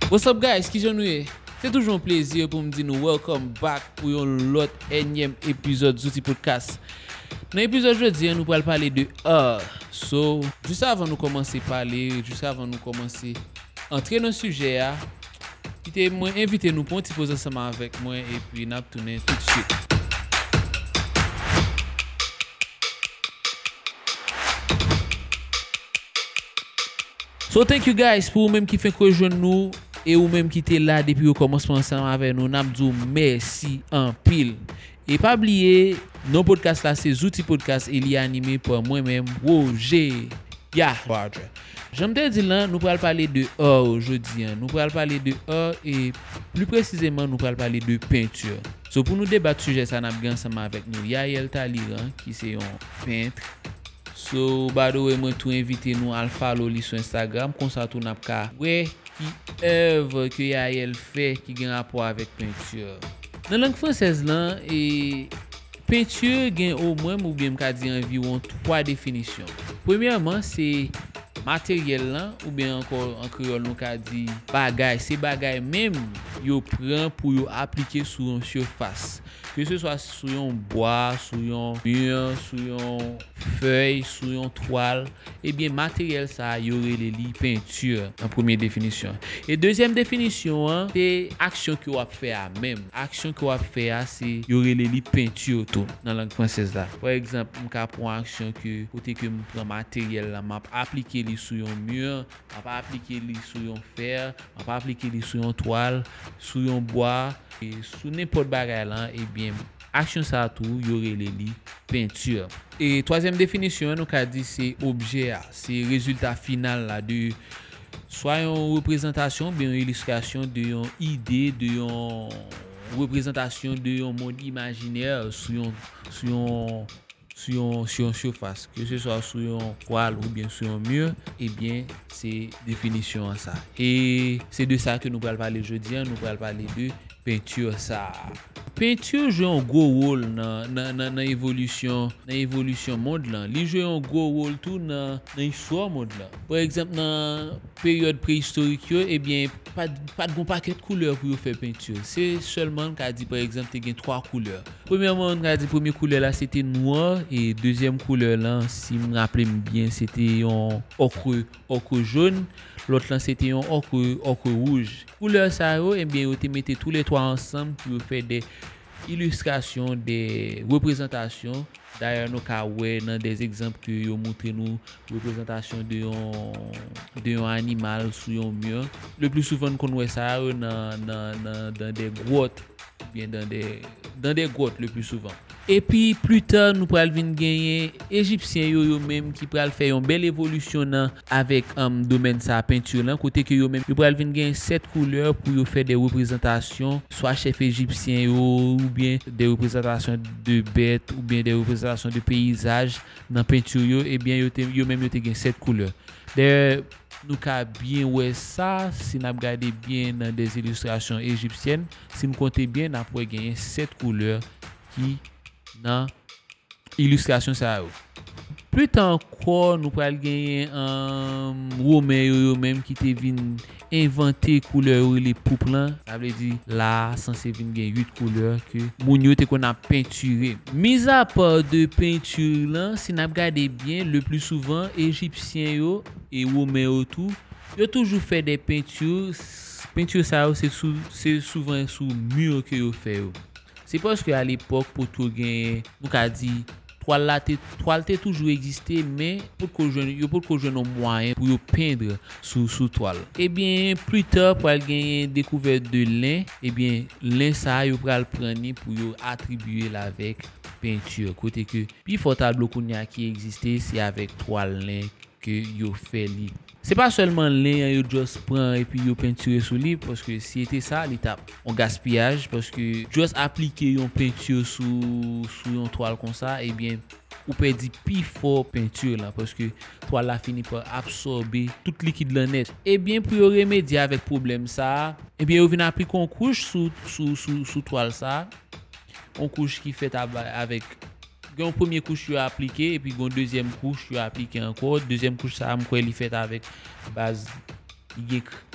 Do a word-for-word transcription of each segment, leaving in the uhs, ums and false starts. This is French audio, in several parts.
What's up guys, qui j'en est? C'est toujours un plaisir pour me dire nous welcome back pour un autre énième épisode Zouti Podcast. Dans l'épisode aujourd'hui, nous allons parler de art. So, juste avant de commencer à parler, juste avant de commencer à entrer dans le sujet, qui moi invité nous pour un petit pause ensemble avec moi et puis nous allons tourner tout de suite. So thank you guys pour vous-même qui fait rejoindre nous et vous-même qui êtes là depuis le commencement ensemble avec nous. N'a dit merci en pile. Et pas oublier, nos podcasts là c'est Zouti Podcast et il est animé par moi-même Roger. Ya. J'aime te dire là, nous allons parler de art aujourd'hui. Hein. Nous allons parler de art et plus précisément nous allons parler de peinture. So pour nous débattre sujet ça n'a bien ensemble avec nous Yael Taliran qui c'est un peintre. So, by the way, moi tout invité nous à follow lui sur Instagram comme ça tout n'a pas ouais qui œuvre que Yael fait qui a rapport avec peinture. Dans langue française là et peinture gagne au moins ou bien me dire environ trois définitions. Premièrement, c'est matériel là ou bien encore en créole nous ka dit bagay, c'est bagay même yo prend pour yo appliquer sur une surface. Que ce soit sur un bois, sur un mur, sur une feuille, sur une toile, et bien matériel ça y aurait les li peinture en première définition. Et deuxième définition, hein, c'est action que on fait à même. Action que on fait c'est y aurait les li peinture tout dans la langue française là. Par exemple, on ka prendre action que côté que me prend matériel là, m'a appliquer li sur un mur, m'a appliquer li sur un fer, m'a appliquer li sur une toile, sur un bois et sur n'importe bagage là et bien action ça tout y aurait les li peinture. Et troisième définition nous qu'a dit c'est objet, c'est résultat final là de soit une représentation bien une illustration de une idée de une représentation de un monde imaginaire sur un sur un sur un sur une surface, que ce soit sur un toile ou bien sur un mur, et bien c'est définition ça. Et c'est de ça que nous allons parler aujourd'hui, nous allons parler de peinture ça. Peinture joue un gros rôle dans dans dans évolution dans évolution monde là. Il joue un gros rôle tout dans dans histoire monde là. Par exemple dans période préhistorique et bien pas pas de bon paquet de couleurs pour faire peinture. C'est seulement qu'a dit par exemple tu as trois couleurs. Premièrement on a dit première couleur là c'était noir et deuxième couleur là si me rappelle bien c'était un ocre ocre jaune. L'autre là c'était un ocre ocre rouge. Couleur ça et bien on te mettait tous les trois ensemble pour faire des illustrations, des représentations. D'ailleurs nous ka ouais dans des exemples que yo montré nous représentation de un de un animal sur un mur. Le plus souvent qu'on voit ça dans dans dans dans des grottes bien dans des dans des grottes le plus souvent. Et puis plus tard nous pral vinn gagner égyptiens yo yo même qui pral faire une belle évolution nan avec um, domaine ça peinture là côté que yo même yo pral vinn gagner sept couleurs pour yo faire des représentations soit chef égyptien yo ou bien des représentations de bêtes ou bien des représentations de paysages dans peinture yo et bien yo te, yo même yo te gagner sept couleurs. D'ailleurs nous ka bien ouais ça si n'a regarder bien dans des illustrations égyptiennes si nous compter bien n'a pour gagner sept couleurs qui dans illustration ça. Plus tard encore nous pral gagner un romain yo même qui te vinn inventer couleur les poupe là, ça veut dire là censé vinn gagner huit couleurs que moun yo te qu'on a peinturé. Mis à part de peinture là, si n'a regarder bien le plus souvent égyptiens yo et romain yo tout, yo toujours fait des peintures, peinture ça c'est sous c'est souvent sous mur que yo fait yo. C'est parce que à l'époque pour tout gagner nous qu'a dit toile là toile t'est toujours existé mais pour que jeune yo pour que jeune moyen pour yo peindre sous sous toile. Et bien plus tard pour gagner découverte de lin et bien lin ça yo pral prendre pour yo attribuer avec peinture côté que puis faut tableau qui existait c'est avec toile lin que yo fait li. C'est pas seulement lin yo juste prend et puis yo peinture sur lui parce que si c'était ça l'étape on gaspillage parce que juste appliquer une peinture sous sous une toile comme ça et bien ou perdit plus fort peinture là parce que toile là finit par absorber tout liquide là net. Et bien pour remédier avec problème ça et bien on vient appliquer une couche sous sous sous sous toile ça une couche qui fait avec une première couche tu as appliqué et puis une deuxième couche tu as appliqué encore deuxième couche ça me quoi il fait avec base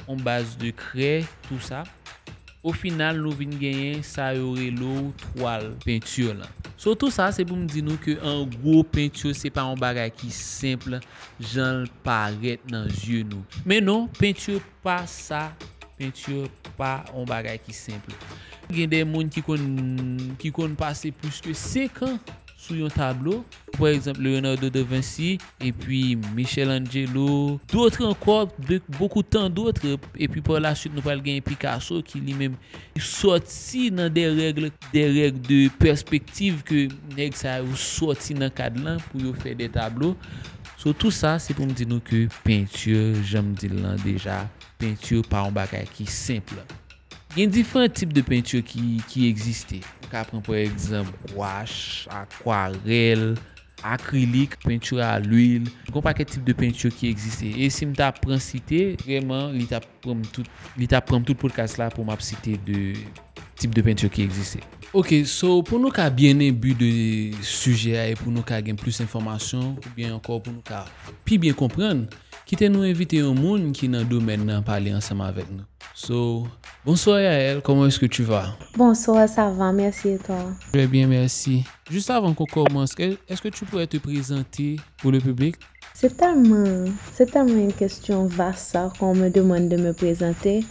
en base de craie, tout ça. Au final, nous venons gagner ça aurait l'eau toile peinture là. So tout ça c'est pour me dire nous que en gros peinture c'est pas un bagage qui simple, j'en paraît dans yeux nous. Mais non, peinture pas ça, peinture pas un bagage qui simple. Il y a des gens qui connaissent qui connaissent passer plus que cinq ans sur un tableau, par exemple Leonardo da Vinci et puis Michelangelo, d'autres encore, de, beaucoup tant d'autres, et puis par la suite nous allons gagner Picasso qui lui-même sorti dans des règles des règles de perspective que nèg ça sorti dans cadre là pour faire des tableaux. So, tout ça c'est pour me dire nous que peinture, j'aime dire là déjà, peinture pas un bagage qui simple. Il y a différents types de peinture qui, qui existent. On prend par exemple gouache, aquarelle, acrylique, peinture à l'huile. Il y a un paquet de types de peinture qui existent. Et si je t'apprends à citer, vraiment, il t'apprend tout, il t'apprend tout le podcast là pour m'citer de types de peinture qui existent. Ok, so pour nous qui bien un but de sujet et pour nous qui avoir plus d'informations ou bien encore pour nous qui puis bien comprendre, quittez nous inviter un monde qui dans le domaine d'en parler ensemble avec nous. So, bonsoir Yael, comment est-ce que tu vas? Bonsoir, ça va, merci et toi? Je vais bien, merci. Juste avant qu'on commence, est-ce que tu pourrais te présenter pour le public? C'est tellement, c'est tellement une question vaste ça qu'on me demande de me présenter.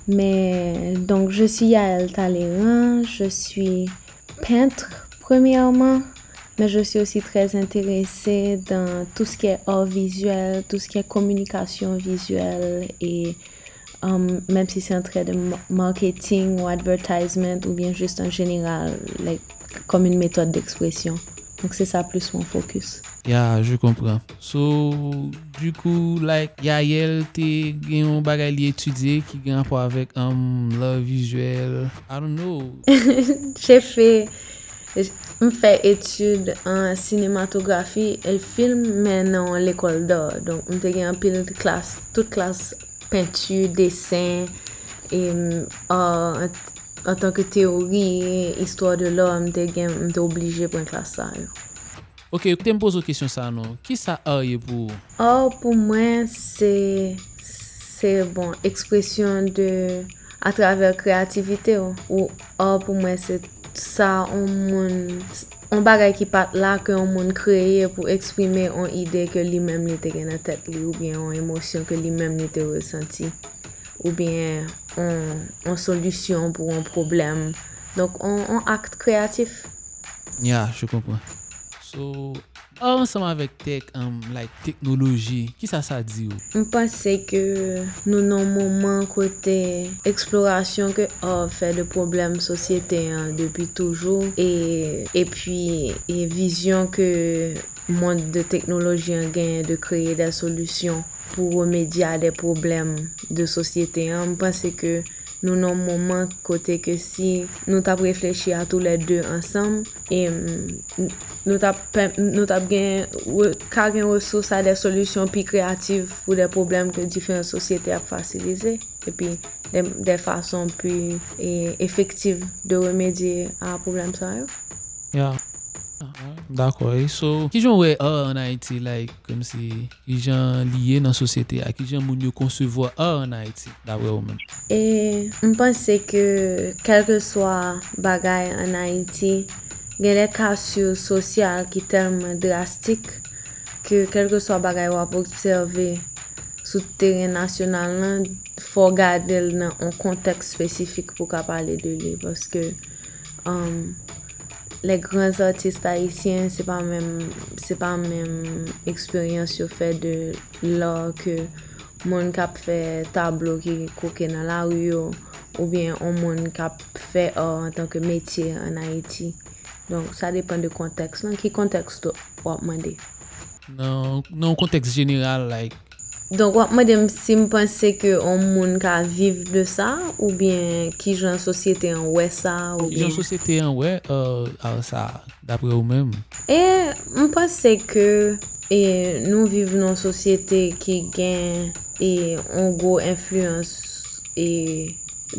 Mais donc, je suis Yael Talleyrand, je suis peintre premièrement, mais je suis aussi très intéressée dans tout ce qui est art visuel, tout ce qui est communication visuelle et um, même si c'est un trait de marketing ou advertisement ou bien juste en général, like, comme une méthode d'expression. Donc c'est ça plus mon focus. Yeah, je comprends. So, du coup, like, Yael, t'es un bagay li étudié qui a rapport avec um, l'art visuel. I don't know. J'ai fait, j'ai fait études en cinématographie et film, mais non l'école d'art. Donc, j'ai fait un pile de classe, toute classe peinture, dessin et euh, en, en tant que théorie, histoire de l'homme, j'ai obligé pour une classe ça. Ok, tu me poses une question ça non. Qui ça a pour? Oh, pour moi, c'est c'est bon, expression de à travers créativité ou oh, pour moi c'est ça on monde on bagay qui part là que on monde créé pour exprimer une idée que lui-même il était dans tête lui ou bien une émotion que lui-même il était ressenti ou bien une solution pour un problème. Donc on on acte créatif. Yeah, je comprends. So, ensemble avec tech, um, like technologie, qui ça ça dit? Je pense que nous avons un moment côté exploration que on fait de problèmes société hein, depuis toujours et et puis et vision que le monde de technologie a gagné de créer des solutions pour remédier à des problèmes de société. Je pense que nous avons un moment côté que si nous avons réfléchi à tous les deux ensemble et nous avons nous avons ressources à des solutions plus créatives pour des problèmes que différentes sociétés ont facilité et puis des, des façons plus et, effectives de remédier à un problème ça. Yeah. D'accord. So, qui j'en ouais en Haïti like comme si les gens liés dans la société à qui j'en moun concevoir en Haïti d'après vous-même. Et je pense que quel que soit bagay en Haïti, il y a des cassures sociales qui sont tellement drastiques que quel que soit bagay ou observer sur le terrain national, il faut regarder dans un contexte spécifique pour parler de lui parce que um, les grands artistes haïtiens, c'est pas même c'est pas même expérience sur fait de l'art que mon cap fait tableau qui coquet dans la rue ou bien on mon cap fait art en tant que métier en Haïti. Donc ça dépend du contexte. Dans quel contexte tu vas demander? Non, non contexte général like. Donc moi je si me penser que on moun ka vivre de ça ou bien qui genre société en ouais ça ou qui bien genre société en ouais euh ça d'après vous même. Et je pense que et nous vivons dans une société qui gagne et une grosse influence et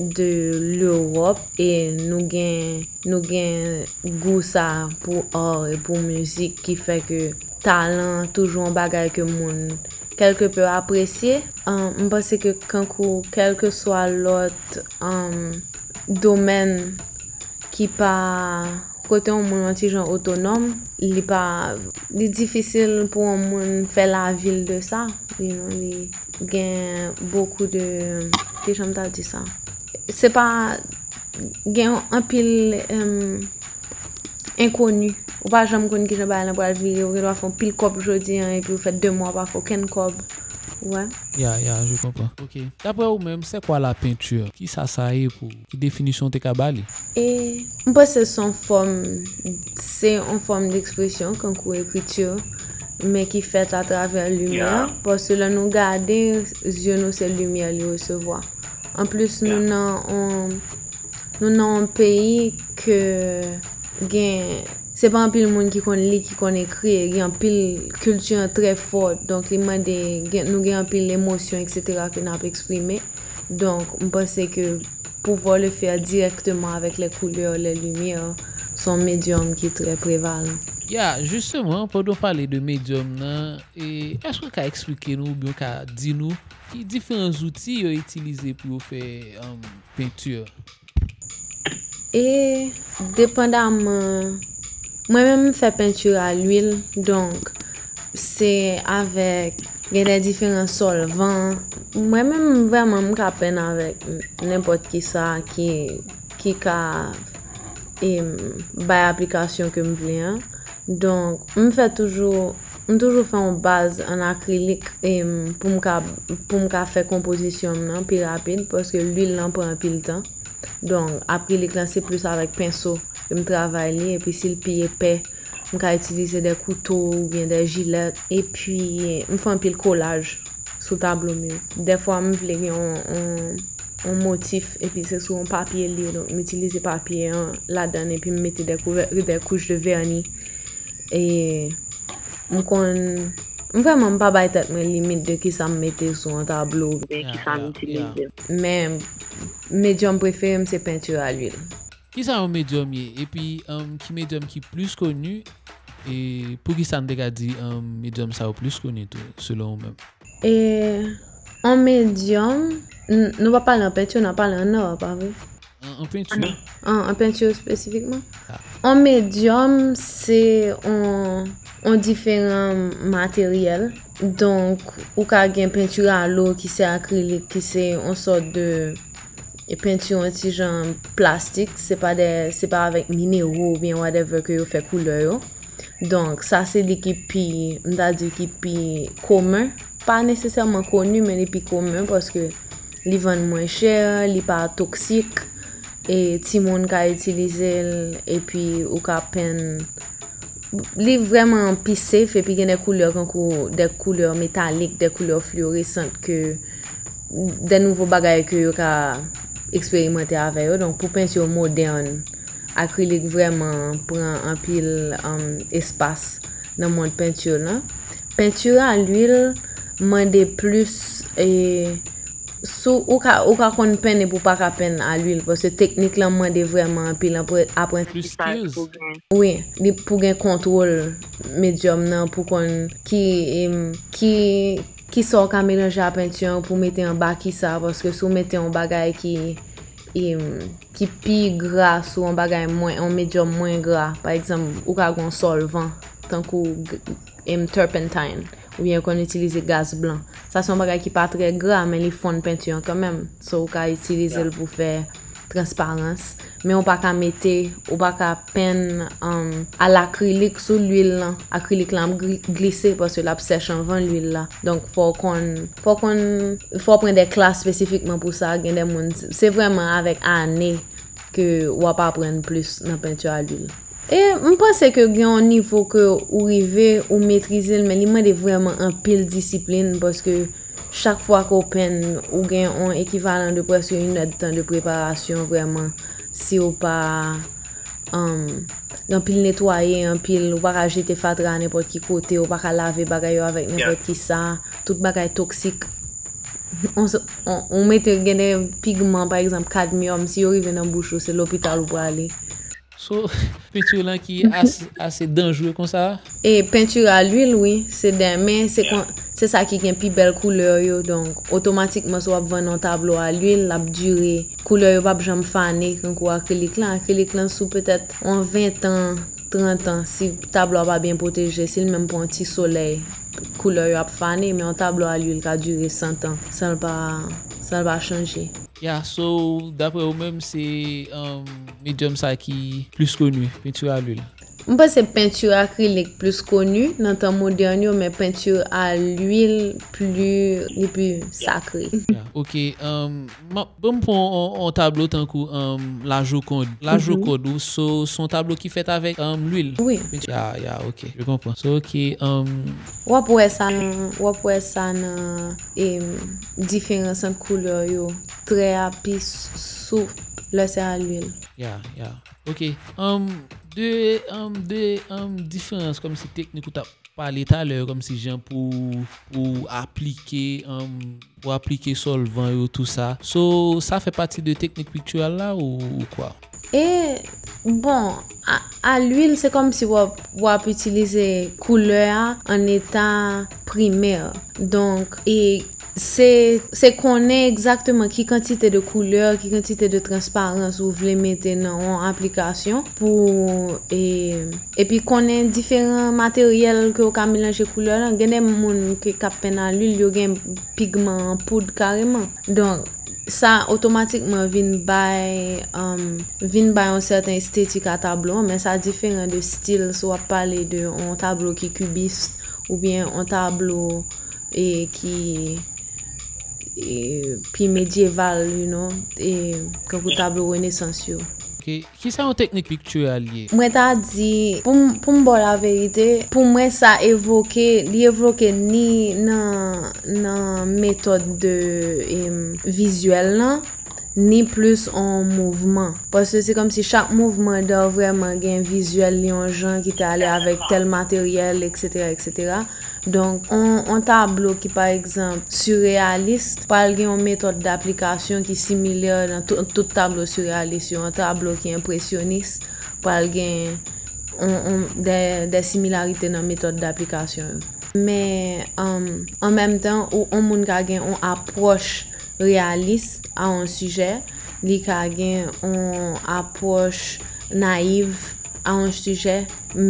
de l'Europe et nous gagne nous gagne goût ça pour art et pour musique qui fait que talent toujours un bagage que monde quelque peu apprécié. Um, je pense que quand quel que soit l'autre um, domaine qui pas côté on monde petit genre autonome, il est pas il est difficile pour un monde faire la ville de ça, you know, il gagne beaucoup de que j'aime pas dire ça. C'est pas gagne un pile um, inconnu. Ou pas jamais connait qui j'aime pas pour vivre, ou doit faire pile cob aujourd'hui et puis vous faites deux mois pas faire aucun cob. Ouais. Yeah, yeah, je comprends. OK. D'après vous même, c'est quoi la peinture? Qui ça ça est pour qui définition te kabali? Et je pense que c'est une forme c'est une forme d'expression quand on écriture mais qui fait à travers la lumière yeah. Parce que là nous garder yeux nous c'est lumière les recevoir. En plus yeah. nous dans nous dans un pays que gain c'est pas un pile monde qui connaît qui connaît écrire, il y a un pile culture très forte donc il m'a des nous gain un pile émotion et cetera que n'a pas exprimé. Donc on pense que pouvoir le faire directement avec les couleurs, les lumières, sont médium qui est très prévalent. Yeah, justement, pour nous parler de médium, là, et est-ce que vous pouvez expliquer nous, bien qu'à dire nous, qui différents outils vous utilisés pour faire um, peinture? Et dépendamment, moi-même fais peinture à l'huile, donc c'est avec des différents solvants. Moi-même vraiment je peine avec n'importe qui ça qui qui a et by application que me plaît. Hein. Donc je fais toujours on toujours fait en base en acrylique et pour me pour me faire composition non plus rapide parce que l'huile là prend un peu de temps. Donc acrylique là c'est plus avec pinceau que me travailler et puis si le pied épais on peut utiliser des couteaux ou bien des gilets et puis on fait un peu collage sur tableau mur. Des fois on fait un, un, un motif et puis c'est sur un papier lié donc m'utiliser papier hein, là-dedans et puis mettre des, des couches de vernis et on kon vraiment pas bailler tête mes limites de qui ça me mettait sur un tableau et qui ça m'utiliser. Mais médium préféré c'est peinture à l'huile. Qui ça un médium et puis um, qui médium qui plus connu et pour qui ça ne dit un médium ça au plus connu tout selon vous-même. Et en médium nous pas parler en peinture, on parle en or pas vrai? En, en peinture. En, en peinture spécifiquement. Ah. En médium c'est en en différents matériels. Donc ou ka gen peinture à l'eau qui c'est acrylique qui c'est une sorte de et peinture anti genre plastique, c'est pas des c'est pas avec minéraux ou bien whatever que yo fait couleur. Donc ça c'est l'équipe qui m'da dit qui pi commun, pas nécessairement connu mais les pi commun parce que li vend moins cher, li pas toxique et ti moun ka utiliser et puis ou ka peine li vraiment pi safe et puis gen des couleurs comme des couleurs métalliques, des couleurs fluorescentes que des nouveaux bagages que yo ka expérimenter avec eux. Donc pour peinture moderne acrylique vraiment prend un pile um, espace dans mon peinture là. Peinture à l'huile mande plus et sous ou ka ou ka kon peine pour pas ka peine à l'huile parce que technique là mande vraiment un pile apprentissage. Oui, pour gain contrôle médium là pour qu'on qui qui qui sort ka mélanger la peinture pour mettre en bas qui ça parce que si vous mettez un bagage qui et qui pi gras ou un bagage moins un médium moins gras par exemple ou ka gon solvant tant que um, turpentine ou bien qu'on utilise gaz blanc ça c'est un bagage qui pas très gras mais ils font peinture quand même so ou ka utiliser pour faire transparence mais on pas qu'à mettre ou pas qu'à peine um, à l'acrylique sur l'huile là acrylique là glisser parce que la sèche en vent l'huile là donc faut qu'on faut qu'on faut prendre des classes spécifiquement pour ça gain des monde c'est vraiment avec année que ou pas apprendre plus dans peinture à l'huile et je pense que gain un niveau que ou arriver ou maîtriser mais il demande vraiment un pile discipline parce que chaque fois qu'on peine ou gain un équivalent de presque une heure de temps de préparation vraiment si ou pas um, un pile nettoyer un pile ou pas jeter fatra n'importe qui côté ou pas laver bagaille avec n'importe yeah. qui ça tout bagaille toxique on on, on met des pigments par exemple cadmium si on arrive dans bouche c'est l'hôpital ou pour aller So, peinture là qui est assez, assez dangereux comme ça. Et peinture à l'huile, oui, c'est des mais c'est yeah. C'est ça qui a plus belle couleur yo, donc automatiquement soit vendre un tableau à l'huile, la durée couleur yo pas jamais fané quand quoi acrylique là, acrylique là sous peut-être en vingt ans, trente ans si le tableau pas bien protégé, c'est le même pour un petit soleil, couleur yo a fané mais un tableau à l'huile qui a duré cent ans, ça ne pas ça va changer. Yeah, so d'après vous-même c'est um, medium ça qui plus connu, peinture à l'huile. Je pense que c'est peinture acrylique plus connue dans le temps moderne, mais peinture à l'huile plus, plus sacrée. Yeah. Ok, um, bon pour un tableau tant que um, la Joconde. La mm-hmm. Joconde, so, son tableau qui fait avec um, l'huile. Oui. Yeah, yeah, ok, je comprends. So, ok. Um, on peut ça, on peut ça dans différence en couleur yo, très rapide, souple, là c'est à l'huile. Yeah, yeah. Ok. Um, deux um, deux um, différences comme si technique ou t'as parlé tout à l'heure comme si genre pour pour appliquer um, pour appliquer solvant et tout ça. So ça fait partie de technique picturale là ou, ou quoi? Et bon, à, à l'huile c'est comme si on on utiliser couleur en état primaire. Donc et c'est c'est qu'on est exactement qui quantité de couleur, qui quantité de transparence vous voulez mettre dans application pour et et puis qu'on ait différents matériels que vous can mélanger couleur là, il y a des monde qui cap peine à l'huile, yo gen pigment en poudre carrément. Donc ça automatiquement vient by um vient by un certain esthétique à tableau, mais ça différent de style, soit parler de un tableau qui cubiste ou bien un tableau et qui et puis médiéval, you know, et comme le tableau renaissance. Okay. Qui c'est une technique picturale liée? Moi t'a dit pour pour me la vérité, pour moi ça évoqué, li évoqué ni dans dans méthode de um, visuel là, ni plus en mouvement parce que c'est comme si chaque mouvement doit vraiment un visuel li un genre qui t'a allé avec tel matériel etc etc. Donc un, un tableau qui par exemple surréaliste parle d'une méthode d'application qui est similaire dans tout, tout tableau surréaliste, un tableau qui est impressionniste parle gain des des similarités dans méthode d'application. Mais um, en même temps ou on moun ka gen on approche réaliste à un sujet, li ka gen on approche naïve à un sujet,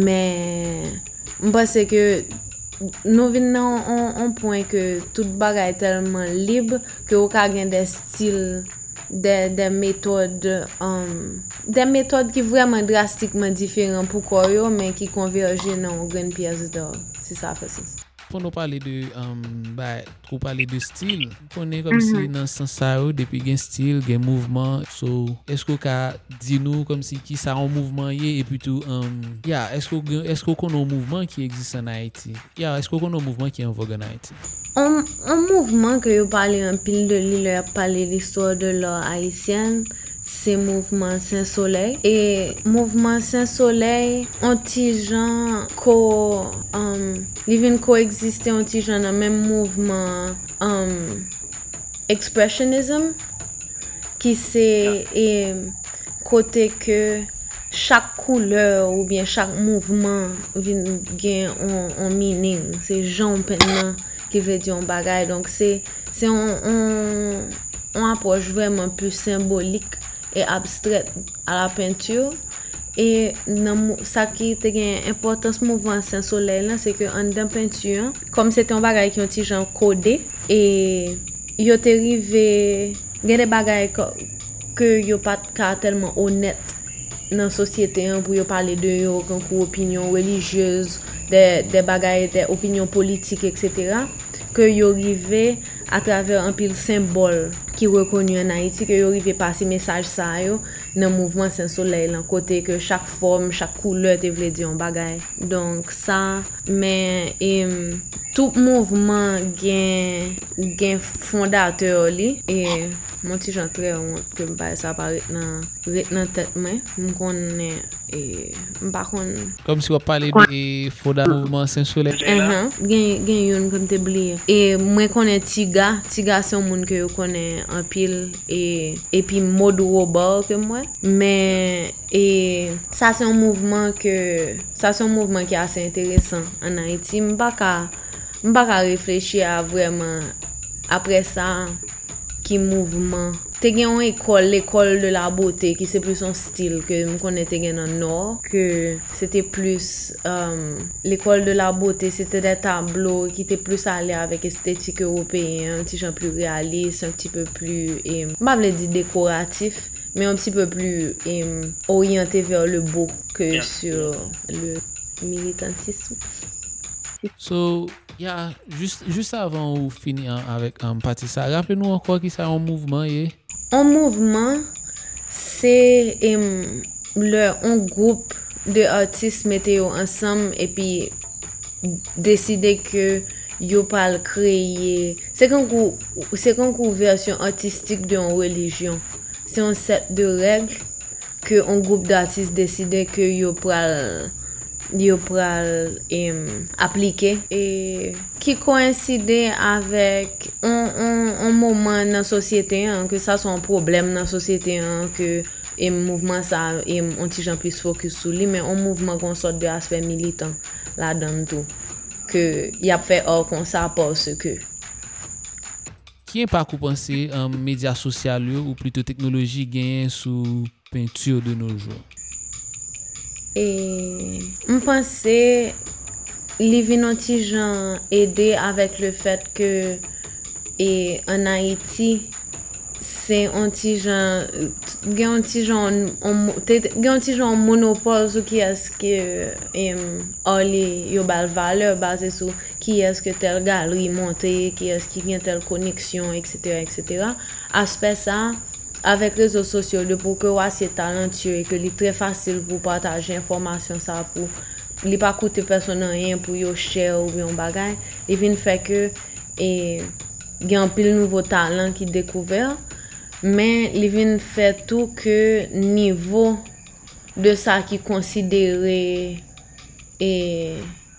mais je pense que nous venons à un point que tout bagay est tellement libre que on ka gen des styles des des méthodes um, des méthodes qui vraiment drastiquement différentes pour quoi yo mais qui convergent dans une grande pièce d'or. C'est ça fait sens. Pour nous parler de um, bah trop parler de style, on est comme mm-hmm. si dans ce sens ça depuis gain style, gain mouvement. So est-ce que ka dit nous comme si qui ça en mouvement y et puis tout um yeah, est-ce que est-ce qu'on a un mouvement qui existe en Haïti? Yeah, est-ce qu'on a un mouvement qui est en vogue en Haïti? Un, un mouvement que vous parlez en pile de l'île, parler l'histoire de l'art haïtienne, c'est mouvement Saint-Soleil. Et mouvement Saint-Soleil, un petit genre co um, ils viennent coexister un petit genre dans même mouvement um, expressionism qui c'est et côté que chaque couleur ou bien chaque mouvement vient gain un, un meaning, c'est genre maintenant qui veut dire un bagage, donc c'est c'est on on on approche vraiment plus symbolique et abstraite à la peinture. Et dans ça qui te gain importance mouvement Saint-Soleil là, c'est que en dans peinture comme c'était un bagage qui ont petit genre codé et yo te rivé gain des bagages que yo pas tellement honnête dans société hein, pour yo parler de yo comme opinion religieuse, des des bagages des opinions politiques etc. que yo rivé à travers un pile symbole qui reconnu en Haïti, que yo rivé passer message ça yo dans mouvement Saint-Soleil là, côté que chaque forme, chaque couleur te veut dire un bagage. Donc ça mais et, tout mouvement gain gain fondateur li et mon petit genre très honte que me ça apparaît dans dans tête moi me connais et par contre comme si on parlait de fonda mouvement Saint-Soleil. Uh-huh. Gain gain yon comme te oublié et moi connais Tiga Tiga c'est un monde que yo connais en pile et et puis mode robot que moi ouais. Mais et ça c'est un mouvement que ça c'est un mouvement qui est assez intéressant en Haïti. M'pas ka m'pas ka réfléchir à vraiment après ça qui mouvement. Te gen une école, l'école de la beauté qui c'est plus son style que me connais te gen dans le nord que c'était plus euh, l'école de la beauté, c'était des tableaux qui étaient plus allés avec esthétique européenne, un petit genre plus réaliste, un petit peu plus et pas veut dire décoratif, mais un petit peu plus et, orienté vers le beau que yeah. sur le militantisme. So, yeah, juste, juste avant ou finir avec un um, partie ça, rappelez-nous encore qui c'est un mouvement et un mouvement c'est um, le un groupe de artistes mettez ensemble et puis décider que yo pas créer c'est quand c'est quand version artistique d'une religion. C'est un set de règles que un groupe d'artistes décide que yo pral yo pral um, appliquer et qui coïncide avec un, un, un moment dans la société hein, que ça soit un problème dans la société hein, que et mouvement ça et on petit gens plus focus sur lui mais un mouvement qu'on sort de aspect militant là-dedans tout que y a fait hors comme ça parce que qui est pas qu'on penser en um, médias sociaux ou plutôt technologie gain sous peinture de nos jours. Et je pensais les vingt gens aider avec le fait que et en Haïti c'est un petit gens un petit gens un petit gens monopole sur qui est-ce que et allez yo bal valeur basée sur qui est-ce que telle galerie montée qui est-ce qui vient telle connexion etc etc aspect ça avec les réseaux sociaux de pour que c'est talentueux et que c'est très facile pour partager information ça pour il pas coûter personne rien pour yo share ou bien bagay et vient fait que et il y a un pile nouveau talent qui découvert mais il vient fait tout que niveau de ça qui considéré et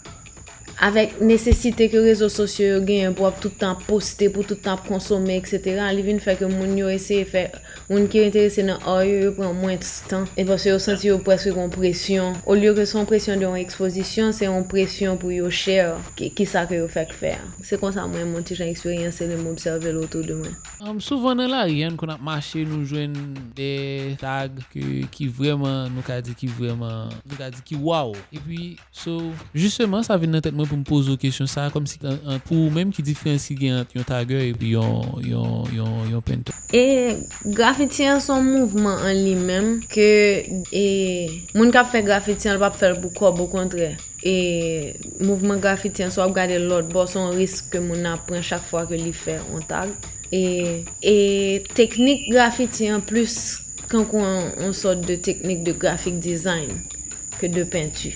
avec nécessité que les réseaux sociaux gagnent pour tout le temps poster, pour tout le temps consommer, et cetera. Il vient faire que moun yo essaie faire, moun qui est intéressé dans art yo prend moins de temps et parce que yo senti yo presque une pression. Au lieu que son pression d'une exposition, c'est une pression pour yo share qui qui ça que yo fait faire. C'est comme ça moi mon petit expérience et m'observer autour de moi. Um, souvent dans la rue qu'on a marché nous joindre des tags que qui vraiment nous a dit qui vraiment nous a dit qui wow et puis so justement ça vient dans tête moi pour me poser une question ça comme si uh, pour même qui différencie entre un tagger et puis un un un un peintre. Et graffiti c'est un mouvement en lui-même que et moun qui fait graffiti on va faire beaucoup au contraire. Et mouvement graffiti soit regarder l'autre bord son risque que moun apprend chaque fois que il fait un tag et et technique graffiti en plus quand on, on sort de technique de graphic design que de peinture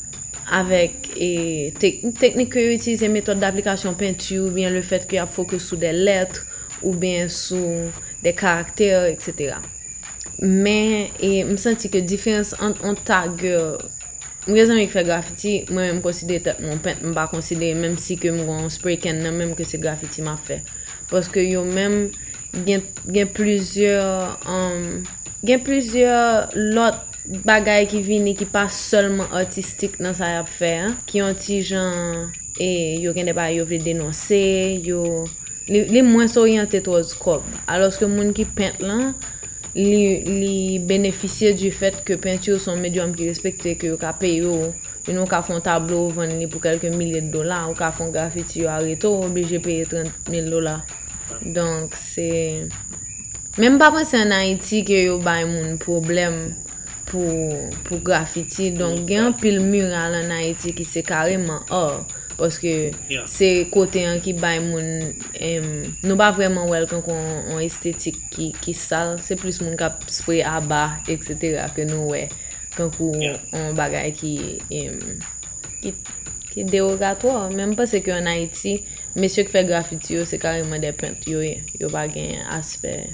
avec et te, technique que utiliser méthode d'application peinture ou bien le fait qu'il y a focus sur des lettres ou bien sur des caractères etc. Mais et me senti que différence entre un tag moi amis qui fait graffiti moi même considère mon peintre me pas considérer même si que mon spray can même que c'est graffiti m'a fait parce que yo même gen gen plusieurs um, gen plusieurs l'autre bagay qui viennent qui pas seulement artistique dans ça y a fait hein, qui ont ti gens et yo gen des ba yo veut dénoncer yo les, les moins orientés trop scope alors que moun qui peint là li li bénéficier du fait que peinture sont médium qui respecté que yo ka payer yo nous ka font tableau vendre pour quelques milliers de dollars ou ka font graffiti yo arrêté obligé payer trente mille dollars donc c'est même pas penser en Haïti que yo bay moun problème pour pour graffiti donc gen pile mural en Haïti qui c'est carrément or parce que yeah. c'est côté un qui bay moun um, nous pas vraiment welcome qu'on on esthétique qui qui sale c'est plus moun ka spray à bas etc que nous ouais quand on yeah. on bagay qui um, qui qui dérogatoire même parce que en Haïti monsieur qui fait graffiti c'est carrément des peintres yo yo pas gain aspect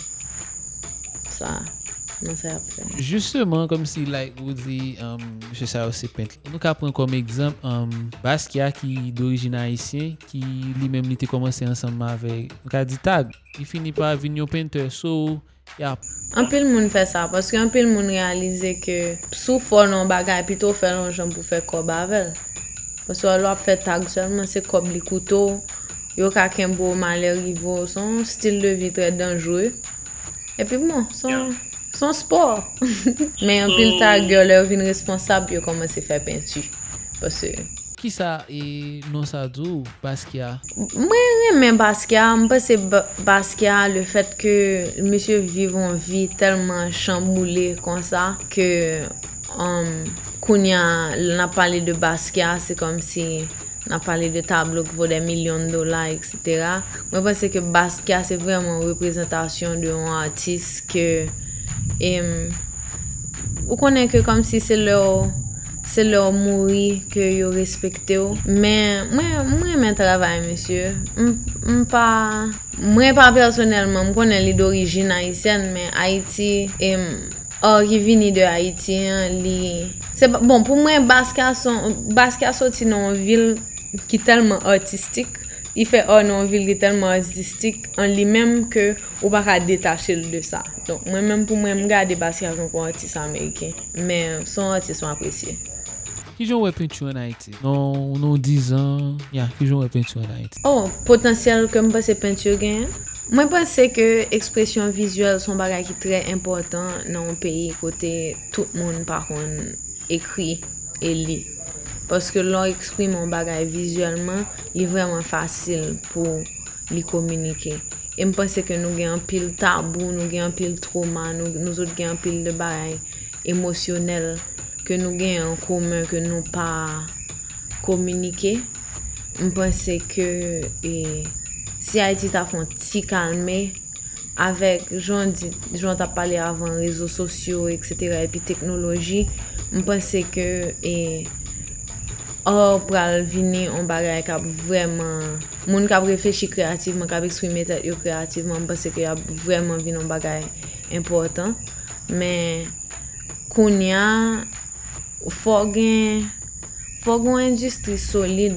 ça. Non, ça fait. Justement, comme si, like, vous dites, um, je sais aussi peintre. Nous avons comme exemple um, Basquiat qui est d'origine haïtienne, qui lui-même était commencé ensemble avec, nous avons dit tag. Il finit par venir peintre. So, Yeah. Un pile moun fait ça parce qu'un pile moun réalise que sous fort non bagay plutôt faire l'argent pour faire cob avec. Parce que l'on fait tag seulement c'est cob les couteaux. Yo ka kembo malheur rivo son style de vie très dangereux. Et puis bon, son yeah. son sport. Mais un pile tag leur vin responsable yo commencer faire peinture parce que qui ça et non ça dou Basquiat. Moi même Basquiat, me pense Basquiat le fait que monsieur vive une vie tellement chamboulée comme ça que um, Kounia n'a parlé de Basquiat, c'est comme si on a parlé de tableaux qui vaut des millions de dollars, et cetera. Moi, je pense que Basquiat, c'est vraiment une représentation d'un artiste que. Et, vous connaissez que comme si c'est leur. C'est leur mourir que vous respectez. Mais moi, moi, je travaille, monsieur. Je pas. Moi, pas personnellement, je connais les d'origine haïtienne, mais Haïti. Et, or, qui vient de Haïti, hein, li... c'est bon pour moi Basquiat son Basquiat sorti dans une ville qui est tellement artistique, il fait oh non ville qui est tellement artistique en lui-même que on pas détacher de ça. Donc moi même pour moi me garder Basquiat comme un artiste américain, mais son artiste sont appréciés. Qui joue peinture en Haïti? Non, non dix ans, yeah, qui joue peinture en Haïti? Oh, potentiel comme pas c'est peinture gain. Moi, je pense que l'expression visuelle sont bagage qui très important dans un pays côté tout le monde par contre écrit et lit. Parce que l'on exprime un bagage visuellement, il est vraiment facile pour les communiquer. Et je pense que nous avons un pile tabou, nous avons un pile trauma, nous, nous autres avons un pile de bagages émotionnels que nous avons en commun que nous pas communiquer. Je pense que et, si Haïti t'a fait un petit calme avec j'en dis j'en t'a parlé avant réseaux sociaux et cetera et puis technologie, je pense que et or pral venir on bagay k'ap vraiment moun k'ap réfléchir créativement, k'ap exprimer tête yo créativement, je pense que y a vraiment venir un bagay important. Mais kounya faut gen faut gen industrie solide.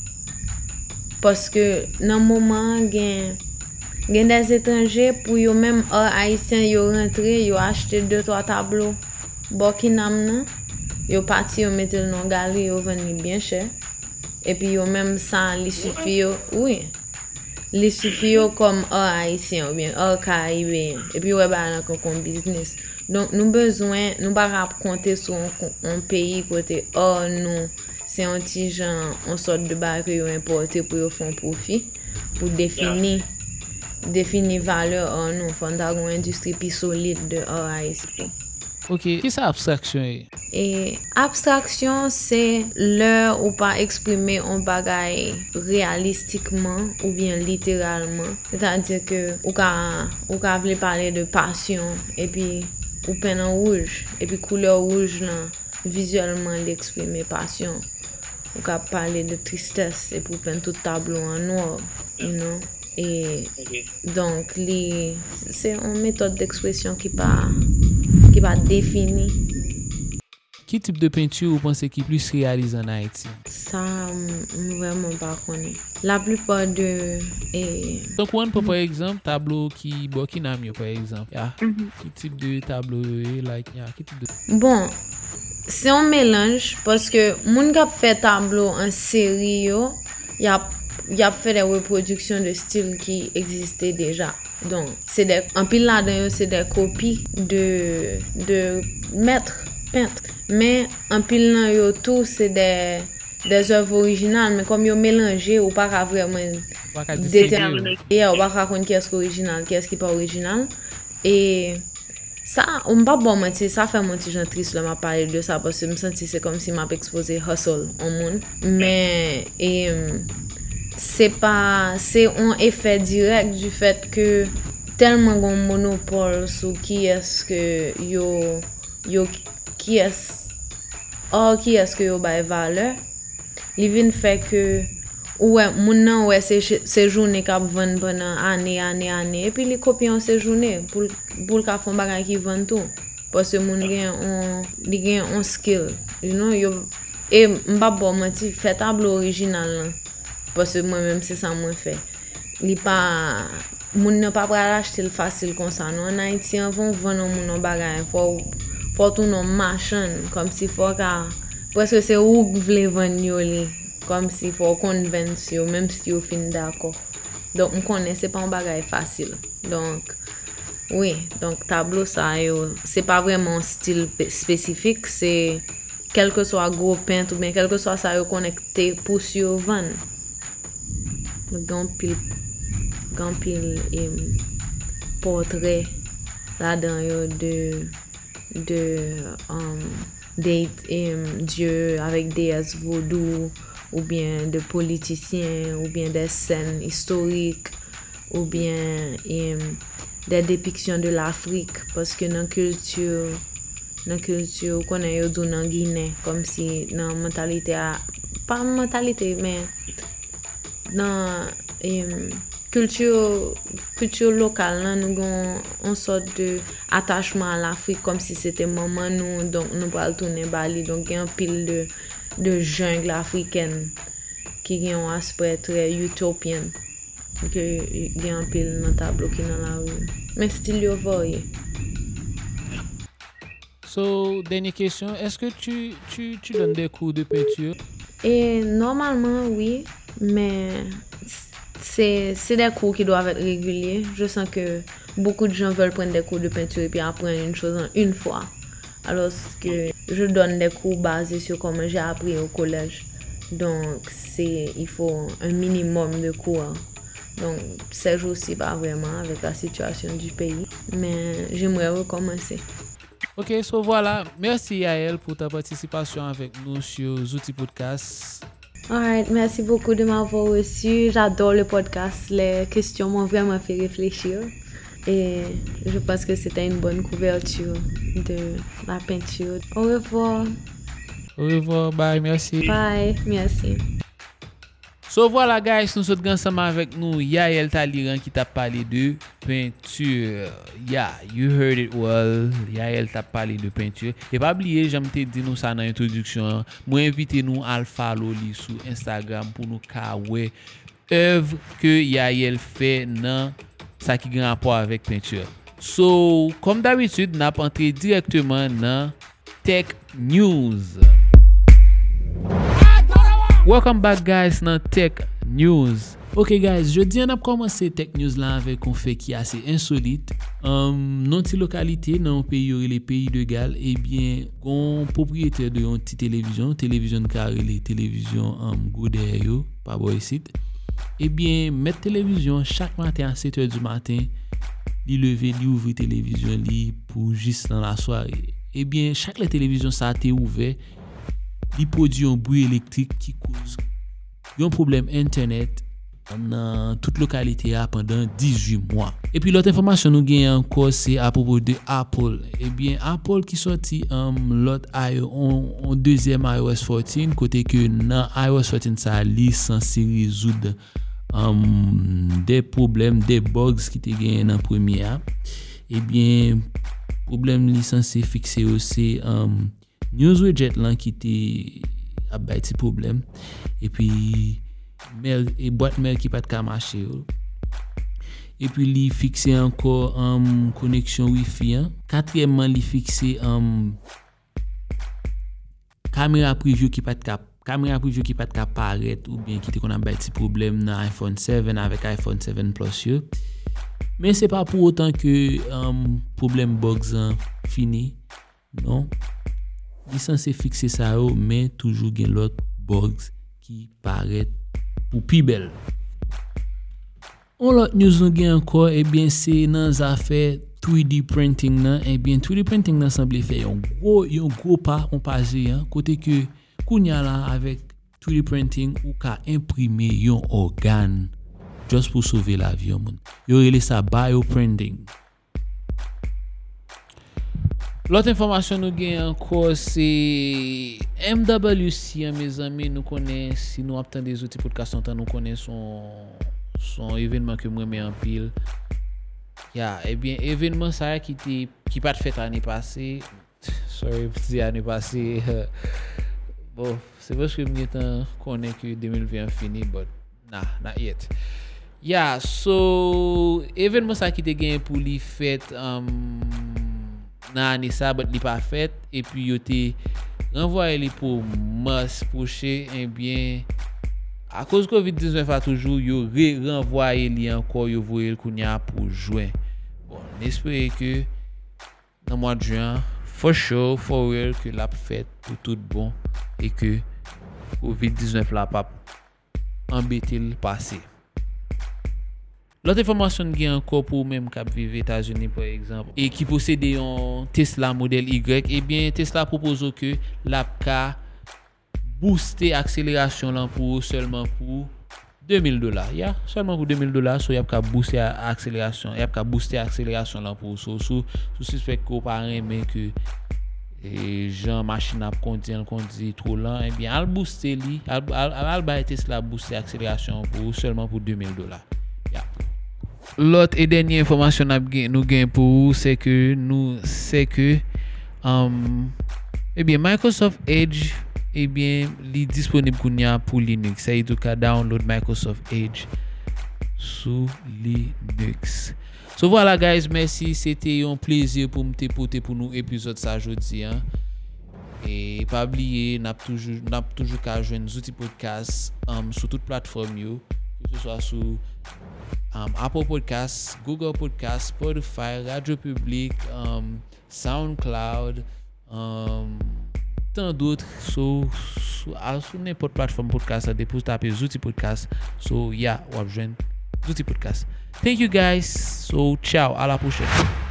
Parce que dans le moment, il y a des étrangers pour eux même haïtiens yo rentré, yo acheté deux trois tableaux Burkinam, yo parti yo mettre dans galerie, yo vendre bien cher. Et puis yo même ça li suffit yo, oui. Li suffit yo comme haïtien ou bien caribéen. Et puis ouais ba comme business. Donc nous besoin nous pas compter sur un, un pays côté oh nous c'est un petit genre en sorte de bail que yo importé pour yo faire profit pour définir yeah. définir valeur en nous faut d'avoir une industrie plus solide de A I C. OK, qu'est-ce que abstraction est? Et abstraction c'est l'heure ou pas exprimer un bagage réalistiquement ou bien littéralement, c'est-à-dire que ou ka ou ka veut parler de passion et puis ou peine en rouge et puis couleur rouge là visuellement l'exprimer passion. On peut parler de tristesse et pour peindre tout tableau en noir, you know. Et okay. Donc, les, c'est une méthode d'expression qui pas qui pas définie. Quel type de peinture vous pensez qui est plus réalisé en Haïti? Ça, je vraiment pas connais. La plupart de... Et... Donc, on peut par exemple, tableau qui Burkinam, par exemple. Yeah. Mm-hmm. Quel type de tableau like, yeah, quel type de... Bon, c'est un mélange parce que moun k'ap fait tableau en série yo, y a y a fait des reproductions de styles qui existaient déjà. Donc, c'est des en pile là-dedans, c'est des copies de de maîtres peintres. Mais en pile là yo tout c'est des des œuvres originales, mais comme yo mélangé ou pas vraiment déterminer, et ou pas raconter qu'est-ce original, qu'est-ce qui pas original et ça, on pas bon mentir, ça fait mon petit genre triste là m'a parler de ça parce que je me sens c'est comme si m'a exposé hustle au monde. Mais et c'est pas c'est un effet direct du fait que tellement un monopole sur qui est-ce que yo yo qui est oh qui est-ce que yo bail valeur. Il vient fait que ouais moun nan ouais c'est c'est journée qu'a vendre pendant année année année et puis les copies ces journée pour pour qu'a font bagay qui vend tout parce que moun gen on li gen on skill you know yo et m'pa bon menti fait tableau original là parce que moi même c'est ça moi fait li pas moun nan pa pral acheter le facile comme ça. Non, en Haïti, on vont vendre moun nan bagay, faut faut tout non machin comme si faut ka presque c'est ou vle vendre yo li, comme si faut convaincre yo même si yo fin d'accord. Donc on connaît c'est pas un bagay facile. Donc oui, donc tableau ça yo, c'est pas vraiment un style spécifique, c'est quel que soit gros peintre ou bien quel que soit ça yo connecté pour yo vendre. Grand pile grand pile et portrait là-dedans yo de de um, des um, dieux avec déesses vaudou ou bien de politiciens ou bien des scènes historiques ou bien um, des dépictions de l'Afrique parce que dans culture dans culture qu'on a yo dans Guinée comme si dans mentalité à, pas mentalité mais dans um, culture culture locale là nous avons une sorte de attachement à l'Afrique comme si c'était maman nous donc nous pas tourner Bali donc il y a un pile de de jungle africaine qui a un aspect très utopien que il y a un pile dans tableau qui dans la rue mais style yo varié. So dernière question, est-ce que tu tu tu donnes des cours de peinture? Et normalement oui, mais c'est c'est des cours qui doivent être réguliers. Je sens que beaucoup de gens veulent prendre des cours de peinture et puis apprendre une chose en une fois. Alors que je donne des cours basés sur comment j'ai appris au collège. Donc c'est il faut un minimum de cours. Donc c'est aussi pas vraiment avec la situation du pays, mais j'aimerais recommencer. Ok, so voilà. Merci Yael pour ta participation avec nous sur Zouti Podcast. Alright, merci beaucoup de m'avoir reçu. J'adore le podcast. Les questions m'ont vraiment fait réfléchir. Et je pense que c'était une bonne couverture de la peinture. Au revoir. Au revoir, bye, merci. Bye, merci. So voilà guys, nous sommes ensemble avec nous Yael Taliran qui t'a parlé de peinture. Yeah, you heard it well. Yael t'a parlé de peinture. Et pas oublier, j'aime te dire nous ça dans l'introduction. Moi inviter nous à follow li sur Instagram pour nous ka wè œuvre que Yael fait dans ça qui a rapport avec peinture. So, comme d'habitude, n'a pas entré directement dans Tech News. Welcome back guys dans Tech News. Ok guys, je dis on a commencé Tech News là avec un fait qui est assez insolite. Um, non ti localité dans un pays les pays de Galles, et eh bien un propriétaire de une petite télévision, télévision carré les télévision um, Goudère yo, pas boy site. Eh bien mettre télévision chaque matin à sept heures du matin, il lever, il ouvrir télévision li pour juste dans la soirée. Eh bien chaque la télévision ça a été ouvert. Il produit un bruit électrique qui cause un problème internet dans toute localité pendant dix-huit mois. Et puis l'autre information nous gagne encore c'est à propos de Apple. Eh bien Apple qui sorti um, l'autre en deuxième iOS quatorze côté que dans iOS quatorze ça li censé résoudre um, des problèmes, des bugs qui étaient gagnés dans première. Eh bien problème li censé fixer aussi um, News widget là qui était a ba petit problème et puis mail et boîte mail qui pas de marcher et puis li fixer encore en um, connexion wifi hein. Quatrièmement li fixer en um, caméra preview qui pas de cap caméra preview qui pas de cap paraître ou bien qui était qu'on a ba petit problème dans iPhone sept avec iPhone sept Plus yo. Mais c'est pas pour autant que um, problème bugs hein, fini non. Il est censé fixer ça, mais toujours il y a l'autre bugs qui paraît pour plus belle. On l'autre news nous gagne encore, et bien c'est dans les affaires trois D printing là, et bien trois D printing là semble faire un gros un gros pas on passé hein, côté que kounya là avec trois D printing ou ka imprimer un organe juste pour sauver la vie au monde. Yo relé ça bioprinting. L'autre information nous gagne encore c'est M W C mes amis, nous connaissons si nous attendons des outils podcast nous connaissons son son événement que moi mets en pile. Yeah, et bien événement ça qui était qui pas fait l'année passée. Sorry, petit l'année passée. Bon, c'est parce que moi temps connais que deux mille vingt fini but nah, not yet. Yeah, so événement ça qui te gagne pour li fait um, nan année ça but li pas fait et puis yo te renvoyé li pour mars prochain et bien à cause covid dix-neuf a toujours yo renvoyé li encore yo voyé kounya pour juin. Bon, j'espère que dans mois de juin for sure for real que l'a fait pour tout bon et que covid dix-neuf la pas embêter le passé. L'autre information qui est encore pour même qui vivent aux États-Unis par exemple et qui possède un Tesla modèle Y, et bien Tesla propose que l'apka booster accélération là pour seulement pour deux mille dollars. Ya, seulement pour deux mille dollars, so y a ka booster accélération, y a ka booster accélération là pour so so so suspect ko pa remen que et Jean machine a conduire conduire trop lent, et bien al booster li al al ba Tesla booster accélération pour seulement pour deux mille dollars. Ya. L'autre et dernière information nous gain pour vous, c'est que nous c'est que um, eh bien Microsoft Edge eh bien li disponible pour Linux. Ça y est tout cas download Microsoft Edge sous Linux. So voilà guys, merci, c'était un plaisir pour me porter pour nous épisode ça aujourd'hui hein. Et pas oublier n'a toujours n'a toujours qu'à joindre outils podcast um, sur toute plateforme yo, que ce soit sur Um, Apple Podcasts, Google Podcasts, Spotify, Radio Public, um, SoundCloud, um, tant d'autres. So, so, sur n'importe plateforme podcast, pour taper Zouti Podcast. So, yeah, ou joindre Zouti Podcast. Thank you guys. So, ciao, à la prochaine.